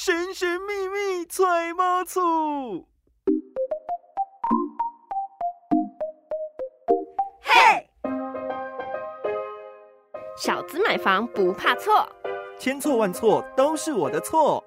神神秘秘揣猫醋。 嘿，小资买房不怕错， 千错万错都是我的错。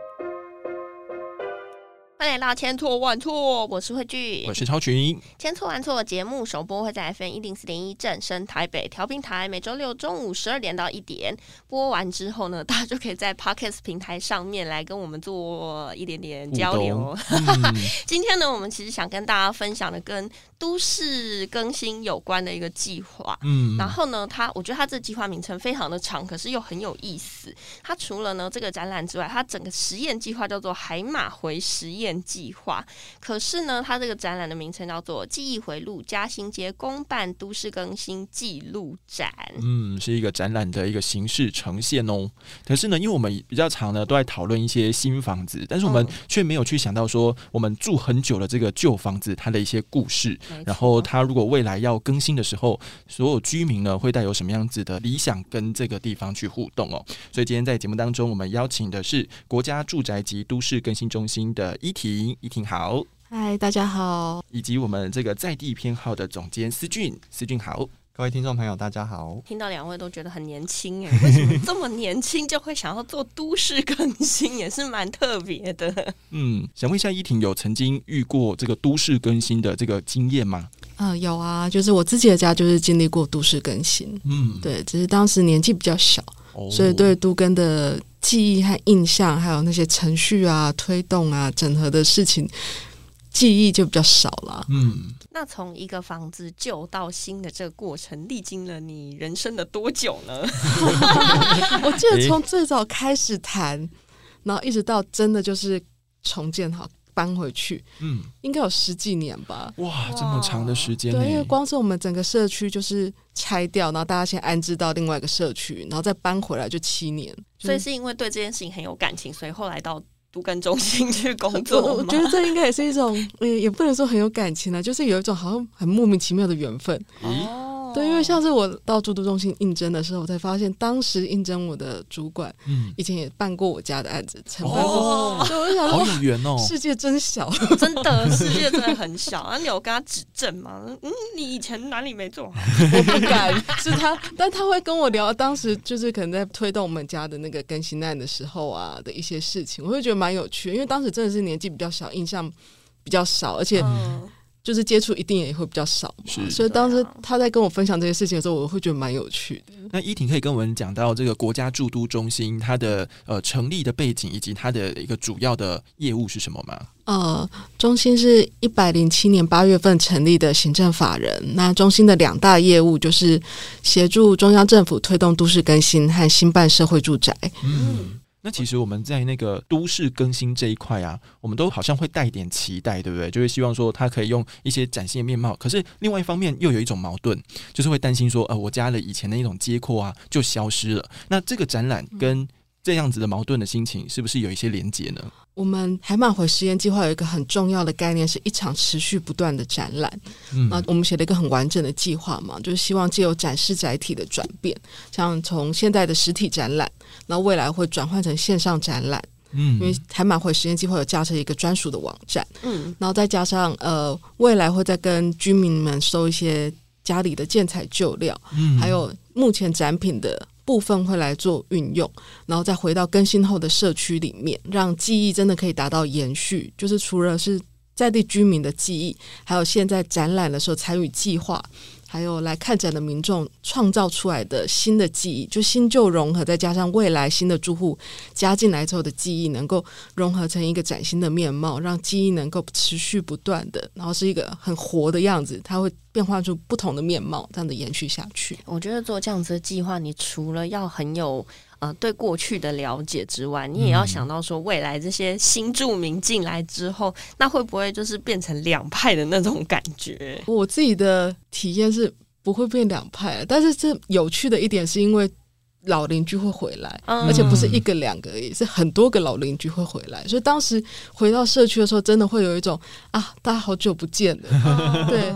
欢迎来到千错万错，我是慧聚， 我是超群。 千错万错的节目首播会在 FM104.1 正声台北调频台，每周六中午12点到1点。播完之后呢，大家就可以在 Podcast 平台上面来跟我们做一点点交流。今天呢，我们其实想跟大家分享的跟都市更新有关的一个计划。然后呢，我觉得它这个计划名称非常的长，可是又很有意思。它除了呢这个展览之外，它整个实验计划叫做海马回实验计划，可是呢它这个展览的名称叫做记忆回路嘉兴街公办都市更新纪录展。 是一个展览的一个形式呈现哦。可是呢，因为我们比较常呢都在讨论一些新房子，但是我们却没有去想到说我们住很久的这个旧房子它的一些故事，然后它如果未来要更新的时候，所有居民呢会带有什么样子的理想跟这个地方去互动哦。所以今天在节目当中，我们邀请的是国家住宅及都市更新中心的依婷好。 嗨，大家好。 以及我们这个在地偏好的总监思俊好。 各位听众朋友大家好。 听到两位都觉得很年轻耶，为什么这么年轻就会想要做都市更新，也是蛮特别的。 想问一下依婷，有曾经遇过这个都市更新的这个经验吗？ 有啊，就是我自己的家就是经历过都市更新。对，只是当时年纪比较小，所以对都更的记忆和印象，还有那些程序啊、推动啊、整合的事情，记忆就比较少了。 那从一个房子旧到新的这个过程，历经了你人生的多久呢？ 我记得从最早开始谈，然后一直到真的就是重建好搬回去，应该有10几年吧。 哇，这么长的时间。 对，因为光是我们整个社区就是拆掉，然后大家先安置到另外一个社区，然后再搬回来就7年。 所以是因为对这件事情很有感情，所以后来到都更中心去工作吗？ 我觉得这应该也是一种也不能说很有感情啦，就是有一种好像很莫名其妙的缘分。对，因为像是我到住都中心应征的时候，我才发现当时应征我的主管，以前也办过我家的案子，承办过，所以我就想说， 好有缘哦， 世界真小， 真的世界真的很小。那你有跟他指正吗？你以前哪里没做好？ 我不敢，是他，但他会跟我聊当时就是可能在推动我们家的那个更新案的时候啊的一些事情，我会觉得蛮有趣的，因为当时真的是年纪比较小，印象比较少，而且就是接触一定也会比较少嘛，所以当时他在跟我分享这些事情的时候，我会觉得蛮有趣的。 那依婷可以跟我们讲到这个国家住都中心它的成立的背景以及它的一个主要的业务是什么吗？ 中心是107年8月份成立的行政法人。那中心的2大业务就是协助中央政府推动都市更新和兴办社会住宅。 那其实我们在那个都市更新这一块啊，我们都好像会带一点期待，对不对？就会希望说它可以用一些崭新的面貌。可是另外一方面又有一种矛盾，就是会担心说，我家的以前的那种街廓啊就消失了。那这个展览跟这样子的矛盾的心情，是不是有一些连结呢？ 我们海马回实验计划有一个很重要的概念，是一场持续不断的展览。我们写了一个很完整的计划嘛，就是希望藉由展示载体的转变，像从现在的实体展览，然后未来会转换成线上展览。因为海马回实验计划有架设一个专属的网站，然后再加上未来会再跟居民们收一些家里的建材旧料，还有目前展品的部分会来做运用，然后再回到更新后的社区里面，让记忆真的可以达到延续，就是除了是在地居民的记忆，还有现在展览的时候参与计划，还有来看展的民众创造出来的新的记忆，就新旧融合，再加上未来新的住户加进来之后的记忆能够融合成一个崭新的面貌，让记忆能够持续不断的，然后是一个很活的样子，它会变化出不同的面貌，这样的延续下去。 我觉得做这样子的计划，你除了要很有对过去的了解之外，你也要想到说未来这些新住民进来之后，那会不会就是变成2派的那种感觉？ 我自己的体验是不会变2派，但是这有趣的一点是因为老邻居会回来，而且不是1个2个而已，是很多个老邻居会回来，所以当时回到社区的时候真的会有一种大家好久不见了对，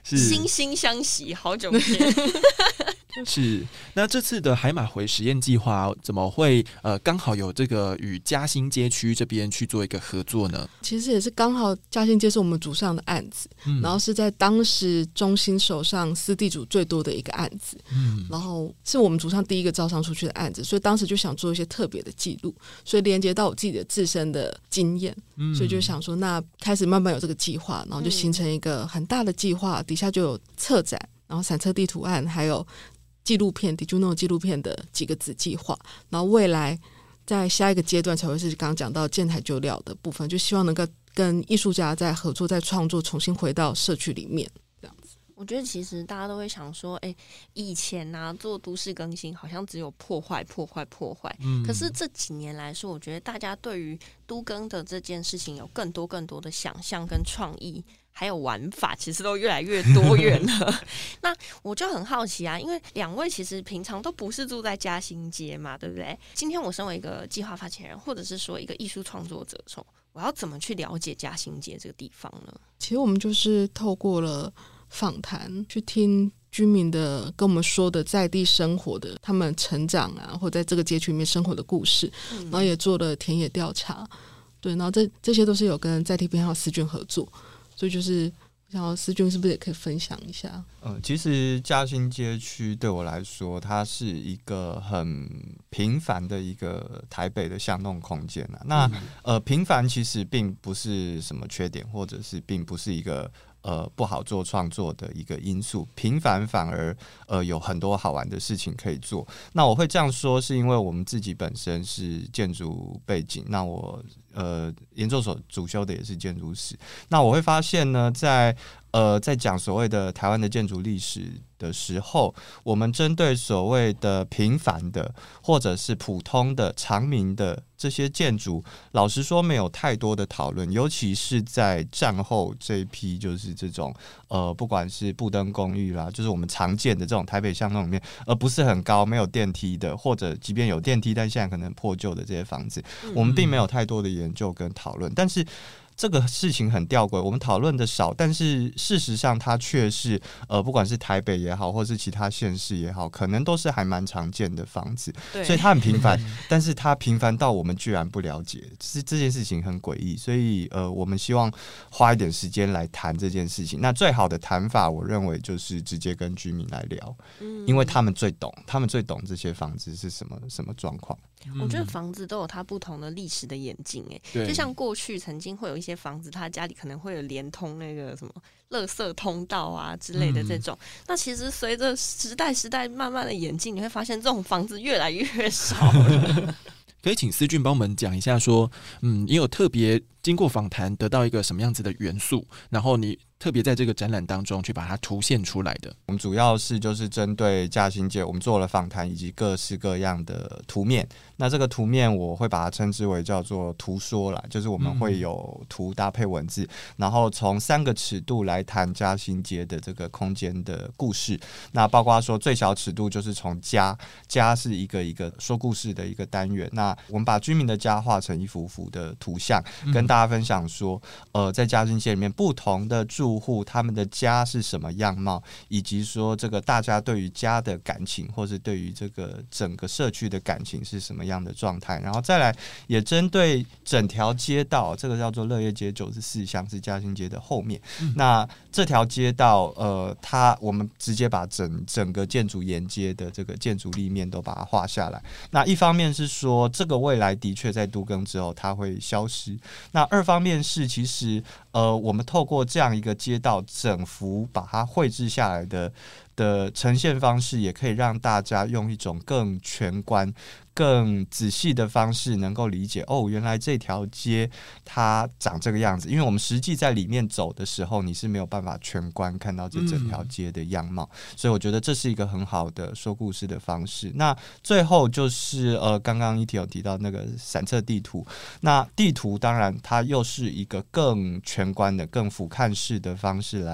惺惺相惜，好久不见。 是，那这次的海马回实验计划怎么会刚好有这个与嘉兴街区这边去做一个合作呢？ 其实也是刚好嘉兴街是我们组上的案子，然后是在当时中心手上私地主最多的一个案子，然后是我们组上第一个招商出去的案子，所以当时就想做一些特别的记录，所以连接到我自己的自身的经验，所以就想说那开始慢慢有这个计划，然后就形成一个很大的计划，底下就有策展，然后散策地图案，还有纪录片 Did you know 纪录片的几个子计划，然后未来在下一个阶段才会是刚刚讲到建材旧料的部分，就希望能够跟艺术家在合作，在创作，重新回到社区里面这样子。 我觉得其实大家都会想说，以前啊做都市更新好像只有破坏，可是这几年来说，我觉得大家对于都更的这件事情有更多的想象跟创意。还有玩法其实都越来越多元了。那我就很好奇啊，因为两位其实平常都不是住在嘉兴街嘛，对不对？今天我身为一个计划发起人，或者是说一个艺术创作者，我要怎么去了解嘉兴街这个地方呢？ 其实我们就是透过了访谈，去听居民的跟我们说的在地生活的他们成长啊，或者在这个街区里面生活的故事，然后也做了田野调查，对，然后这些都是有跟在地编号思俊合作。所以就是想要思俊是不是也可以分享一下？ 其实嘉兴街区对我来说，它是一个很平凡的一个台北的巷弄空间啊。那平凡其实并不是什么缺点，或者是并不是一个不好做创作的一个因素，平凡反而有很多好玩的事情可以做。那我会这样说，是因为我们自己本身是建筑背景，那我研究所主修的也是建筑史。那我会发现呢，在讲所谓的台湾的建筑历史的时候，我们针对所谓的平凡的或者是普通的常民的这些建筑，老实说没有太多的讨论，尤其是在战后这一批，就是这种不管是布登公寓啦，就是我们常见的这种台北巷弄里面，不是很高没有电梯的，或者即便有电梯但现在可能破旧的这些房子，我们并没有太多的研究跟讨论。但是这个事情很吊诡，我们讨论的少，但是事实上它却是不管是台北也好，或是其他县市也好，可能都是还蛮常见的房子，所以它很平凡，但是它平凡到我们居然不了解，这件事情很诡异。所以我们希望花一点时间来谈这件事情。那最好的谈法，我认为就是直接跟居民来聊，因为他们最懂这些房子是什么状况。 我觉得房子都有它不同的历史的演进，就像过去曾经会有一些房子，它家里可能会有连通那个什么垃圾通道啊之类的这种。那其实随着时代慢慢的演进，你会发现这种房子越来越少了。 可以请思俊帮我们讲一下说，你有特别经过访谈得到一个什么样子的元素，然后你特别在这个展览当中去把它凸显出来的。 我们主要是就是针对嘉兴街，我们做了访谈以及各式各样的图面。那这个图面我会把它称之为叫做图说啦，就是我们会有图搭配文字，然后从3个尺度来谈嘉兴街的这个空间的故事。那包括说最小尺度就是从家是一个一个说故事的一个单元。那我们把居民的家画成一幅幅的图像，跟大家分享说，在嘉兴街里面不同的住户他们的家是什么样貌，以及说这个大家对于家的感情，或是对于这个整个社区的感情是什么样的状态。然后再来也针对整条街道，这个叫做乐业街94巷，是嘉兴街的后面。那这条街道我们直接把整个建筑沿街的这个建筑立面都把它画下来。那一方面是说这个未来的确在都更之后它会消失，那二方面是其实我们透过这样一个街道整幅把它绘制下来的呈现方式，也可以让大家用一种更全观更仔细的方式能够理解，原来这条街它长这个样子。因为我们实际在里面走的时候，你是没有办法全观看到这整条街的样貌，所以我觉得这是一个很好的说故事的方式。那最后就是刚刚ET有提到那个散策地图，那地图当然它又是一个更全观的更俯瞰式的方式来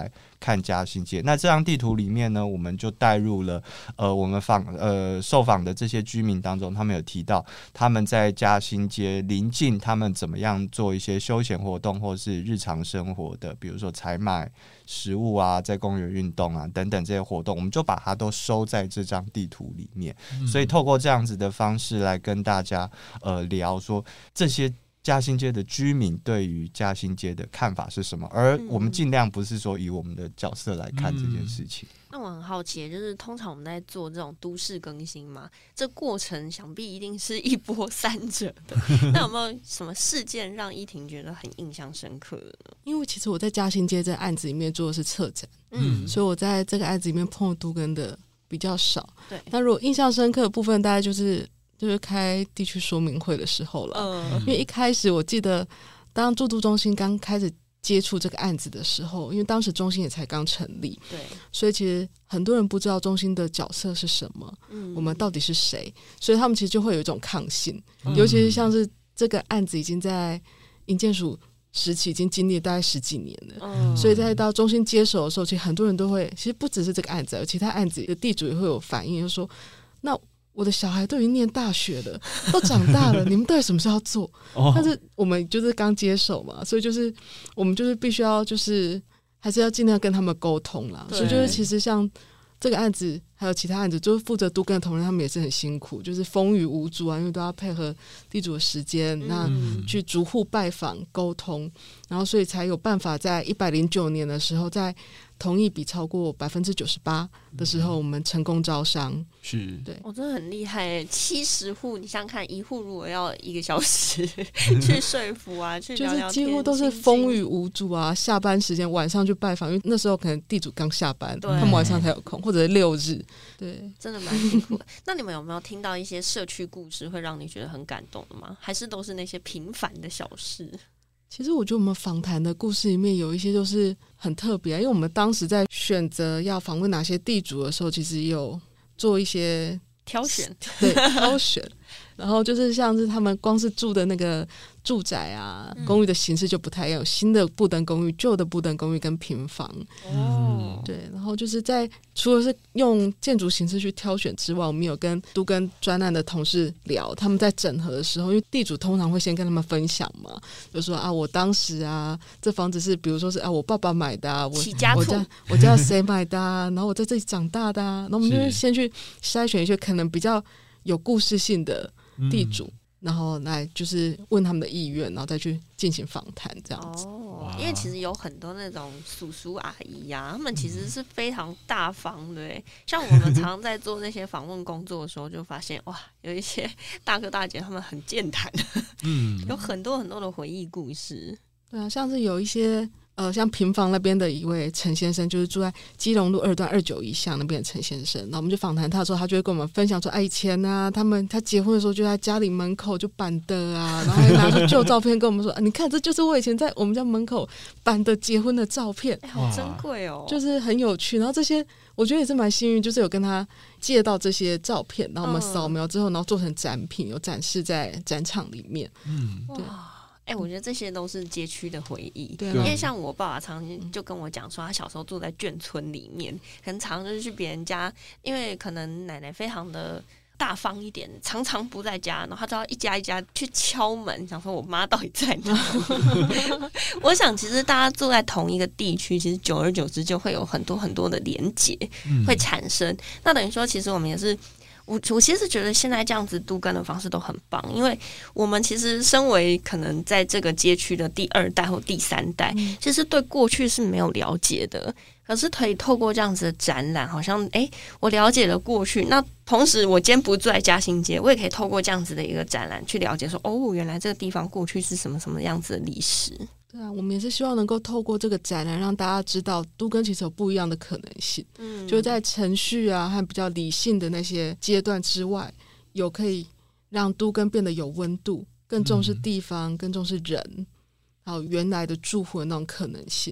看嘉兴街。那这张地图里面呢，我们就带入了我们受访的这些居民当中，他们有提到他们在嘉兴街邻近，他们怎么样做一些休闲活动或是日常生活的，比如说采买食物啊，在公园运动啊等等这些活动，我们就把它都收在这张地图里面。所以透过这样子的方式来跟大家聊说这些嘉兴街的居民对于嘉兴街的看法是什么，而我们尽量不是说以我们的角色来看这件事情。 那我很好奇，就是通常我们在做这种都市更新嘛，这过程想必一定是一波三折的。那有没有什么事件让依婷觉得很印象深刻的呢？ 因为其实我在嘉兴街这案子里面做的是策展，所以我在这个案子里面碰到都更的比较少。 对， 那如果印象深刻的部分，大概就是开地区说明会的时候了。因为一开始我记得，当驻都中心刚开始接触这个案子的时候，因为当时中心也才刚成立， 对， 所以其实很多人不知道中心的角色是什么，我们到底是谁，所以他们其实就会有一种抗性。尤其是像是这个案子已经在营建署时期已经经历了大概10几年了，所以在到中心接手的时候，其实很多人都会，其实不只是这个案子，有其他案子的地主也会有反应，就是说，那我的小孩都已经念大学了，都长大了，你们到底什么时候要做？但是我们就是刚接手嘛，所以就是我们就是必须要就是还是要尽量跟他们沟通啦。所以就是其实像这个案子还有其他案子，就是负责都更的同仁他们也是很辛苦，就是风雨无阻啊，因为都要配合地主的时间，那去逐户拜访沟通，然后所以才有办法在109年的时候，在同意比超过98%的时候，我们成功招商。 是， 对，我真的很厉害耶，70户，你想想看，一户如果要1个小时去说服啊，去聊聊天， 就是几乎都是风雨无阻啊。下班时间晚上去拜访，因为那时候可能地主刚下班，他们晚上才有空，或者是6日。对， 真的蛮辛苦的。那你们有没有听到一些社区故事，会让你觉得很感动的吗？还是都是那些平凡的小事？ 其实我觉得我们访谈的故事里面有一些就是很特别，因为我们当时在选择要访问哪些地主的时候，其实有做一些挑选， 对，挑选。然后就是像是他们光是住的那个住宅啊，公寓的形式就不太一样，有新的不登公寓、旧的不登公寓跟平房。对，然后就是在除了是用建筑形式去挑选之外，我们有跟都更专案的同事聊，他们在整合的时候，因为地主通常会先跟他们分享嘛，就说啊，我当时啊，这房子是比如说是啊，我爸爸买的啊，我家谁买的啊，然后我在这里长大的啊，然后我们就先去筛选一些可能比较有故事性的地主，然后来就是问他们的意愿，然后再去进行访谈这样子。 因为其实有很多那种叔叔阿姨啊，他们其实是非常大方的耶。像我们常在做那些访问工作的时候，就发现哇，有一些大哥大姐他们很健谈，有很多很多的回忆故事。 对啊，像是有一些像平房那边的一位陈先生，就是住在基隆路2段291巷那边的陈先生，然后我们就访谈他的时候，他就会跟我们分享说，以前啊，他结婚的时候就在家里门口就板的啊，然后还拿出旧照片跟我们说，你看这就是我以前在我们家门口板的结婚的照片， 好珍贵哦， 就是很有趣。然后这些我觉得也是蛮幸运，就是有跟他借到这些照片，然后我们扫描之后，然后做成展品，有展示在展场里面。对。 我觉得这些都是街区的回忆， 对， 因为像我爸爸常常就跟我讲说，他小时候住在眷村里面，很常就是去别人家，因为可能奶奶非常的大方一点，常常不在家，然后他就要一家一家去敲门，想说我妈到底在哪里。我想其实大家住在同一个地区，其实久而久之就会有很多很多的连结会产生，那等于说其实我们也是我其实觉得现在这样子都更的方式都很棒，因为我们其实身为可能在这个街区的第2代或第3代，其实对过去是没有了解的，可是可以透过这样子的展览，好像我了解了过去，那同时我今天不住在嘉兴街，我也可以透过这样子的一个展览去了解说，原来这个地方过去是什么什么样子的历史。 对啊，我们也是希望能够透过这个展览让大家知道都更其实有不一样的可能性，就是在程序啊和比较理性的那些阶段之外，有可以让都更变得有温度，更重视地方，更重视人，还有原来的住户的那种可能性。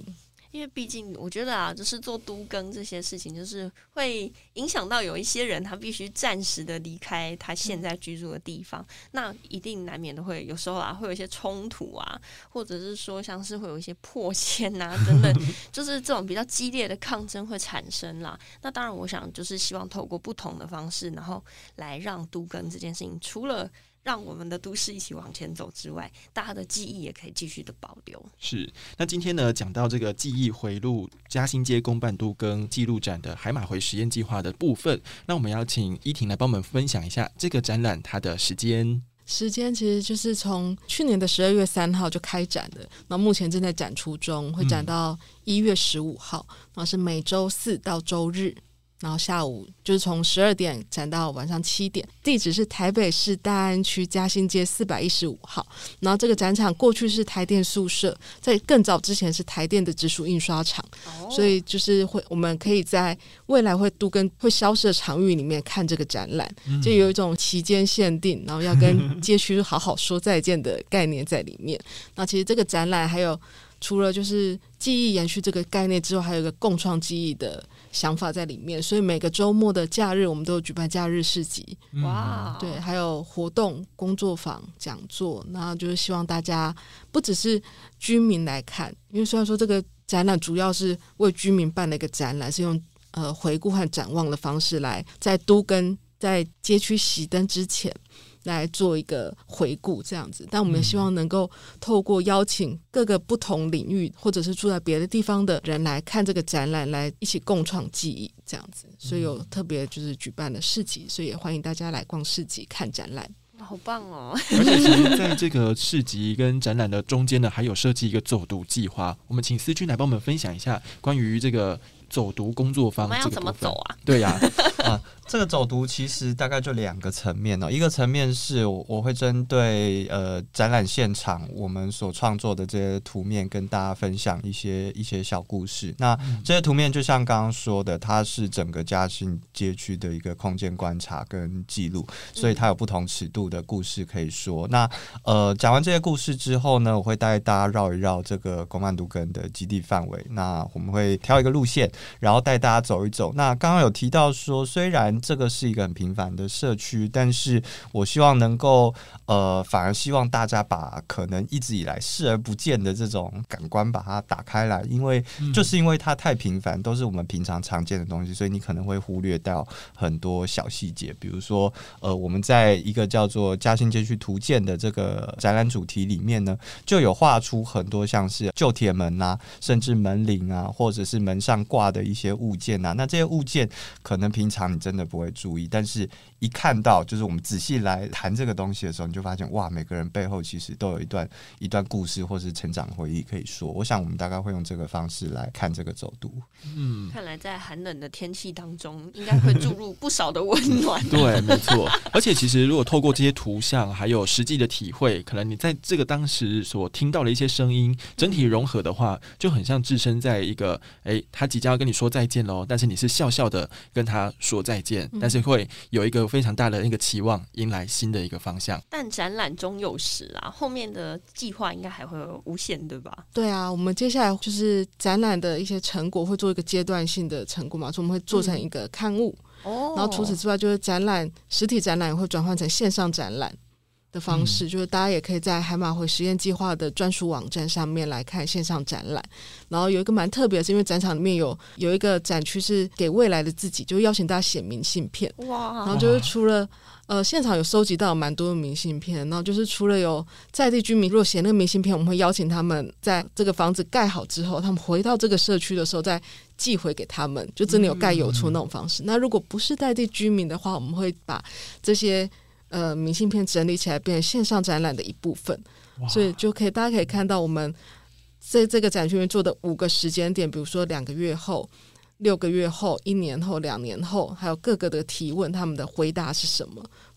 因为毕竟我觉得啊，就是做都更这些事情，就是会影响到有一些人，他必须暂时的离开他现在居住的地方，那一定难免的会有时候啊，会有一些冲突啊，或者是说像是会有一些破线啊等等，就是这种比较激烈的抗争会产生啦。那当然，我想就是希望透过不同的方式，然后来让都更这件事情，除了让我们的都市一起往前走之外，大家的记忆也可以继续的保留。 是，那今天呢，讲到这个记忆回路嘉兴街公办都更纪录展的海马回实验计划的部分，那我们要请依婷来帮我们分享一下这个展览它的时间。 时间其实就是从去年的12月3号就开展的，那目前正在展出中，会展到1月15号，然后是每周4到周日。然后下午就是从12点展到晚上7点，地址是台北市大安区嘉兴街415号。然后这个展场过去是台电宿舍，在更早之前是台电的直属印刷厂，所以就是我们可以在未来会都更会消失的场域里面看这个展览，就有一种期间限定，然后要跟街区好好说再见的概念在里面。那其实这个展览还有除了就是记忆延续这个概念之后，还有一个共创记忆的想法在里面，所以每个周末的假日我们都有举办假日市集， 哇， 对，还有活动、工作坊、讲座，然后就是希望大家不只是居民来看，因为虽然说这个展览主要是为居民办的一个展览，是用回顾和展望的方式来在都更在街区熄灯之前来做一个回顾这样子，但我们也希望能够透过邀请各个不同领域或者是住在别的地方的人来看这个展览，来一起共创记忆这样子，所以有特别就是举办了市集，所以也欢迎大家来逛市集看展览。 好棒哦！ 而且其实在这个市集跟展览的中间呢，还有设计一个走读计划，我们请思君来帮我们分享一下关于这个走读工作坊， 我们要怎么走啊？ 对呀、 这个走读其实大概就2个层面哦，一个层面是我会针对展览现场我们所创作的这些图面跟大家分享一些小故事。那这些图面就像刚刚说的，它是整个嘉兴街区的一个空间观察跟记录，所以它有不同尺度的故事可以说。那讲完这些故事之后呢，我会带大家绕一绕这个公办都更的基地范围，那我们会挑一个路线，然后带大家走一走。那刚刚有提到说，虽然这个是一个很平凡的社区，但是我希望能够反而希望大家把可能一直以来视而不见的这种感官把它打开来，因为就是因为它太平凡，都是我们平常常见的东西，所以你可能会忽略到很多小细节。比如说我们在一个叫做嘉兴街区图鉴的这个展览主题里面呢，就有画出很多像是旧铁门啊，甚至门铃啊，或者是门上挂的一些物件啊。那这些物件可能平常你真的不会注意，但是一看到就是我们仔细来谈这个东西的时候，你就发现哇，每个人背后其实都有一段故事或是成长回忆可以说。我想我们大概会用这个方式来看这个走读。 看来在寒冷的天气当中，应该会注入不少的温暖。 对，没错。而且其实如果透过这些图像还有实际的体会，可能你在这个当时所听到的一些声音整体融合的话，就很像置身在一个他即将要跟你说再见咯，但是你是笑笑的跟他说再见，但是会有一个非常大的那个期望，迎来新的一个方向。 但展览终有时啊，后面的计划应该还会有无限，对吧？ 对啊，我们接下来就是展览的一些成果会做一个阶段性的成果嘛，所以我们会做成一个刊物，然后除此之外就是实体展览也会转换成线上展览的方式，就是大家也可以在海马回实验计划的专属网站上面来看线上展览。然后有一个蛮特别的是，因为展场里面有一个展区是给未来的自己，就邀请大家写明信片。哇！然后就是除了现场有收集到蛮多的明信片，然后就是除了有在地居民如果写那个明信片，我们会邀请他们在这个房子盖好之后，他们回到这个社区的时候再寄回给他们，就真的有盖邮戳那种方式。那如果不是在地居民的话，我们会把这些明信片整理起来变成线上展览的一部分，所以大家可以看到我们在这个展区里面做的5个时间点，比如说2个月后、6个月后、1年后、2年后，还有各个的提问，他们的回答是什么，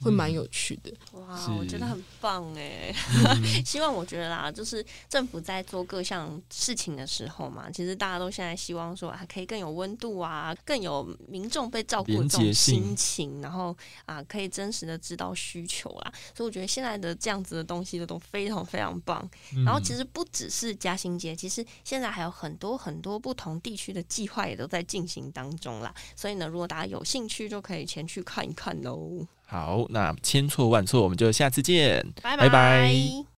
会蛮有趣的。 哇，我觉得很棒哎！希望我觉得啦，就是政府在做各项事情的时候嘛，其实大家都现在希望说可以更有温度啊，更有民众被照顾的这种心情，然后可以真实的知道需求啦。所以我觉得现在的这样子的东西都非常非常棒。然后其实不只是嘉兴街，其实现在还有很多很多不同地区的计划也都在进行当中啦。所以呢，如果大家有兴趣，就可以前去看一看喽。 好，那千错万错，我们就下次见， 拜拜拜。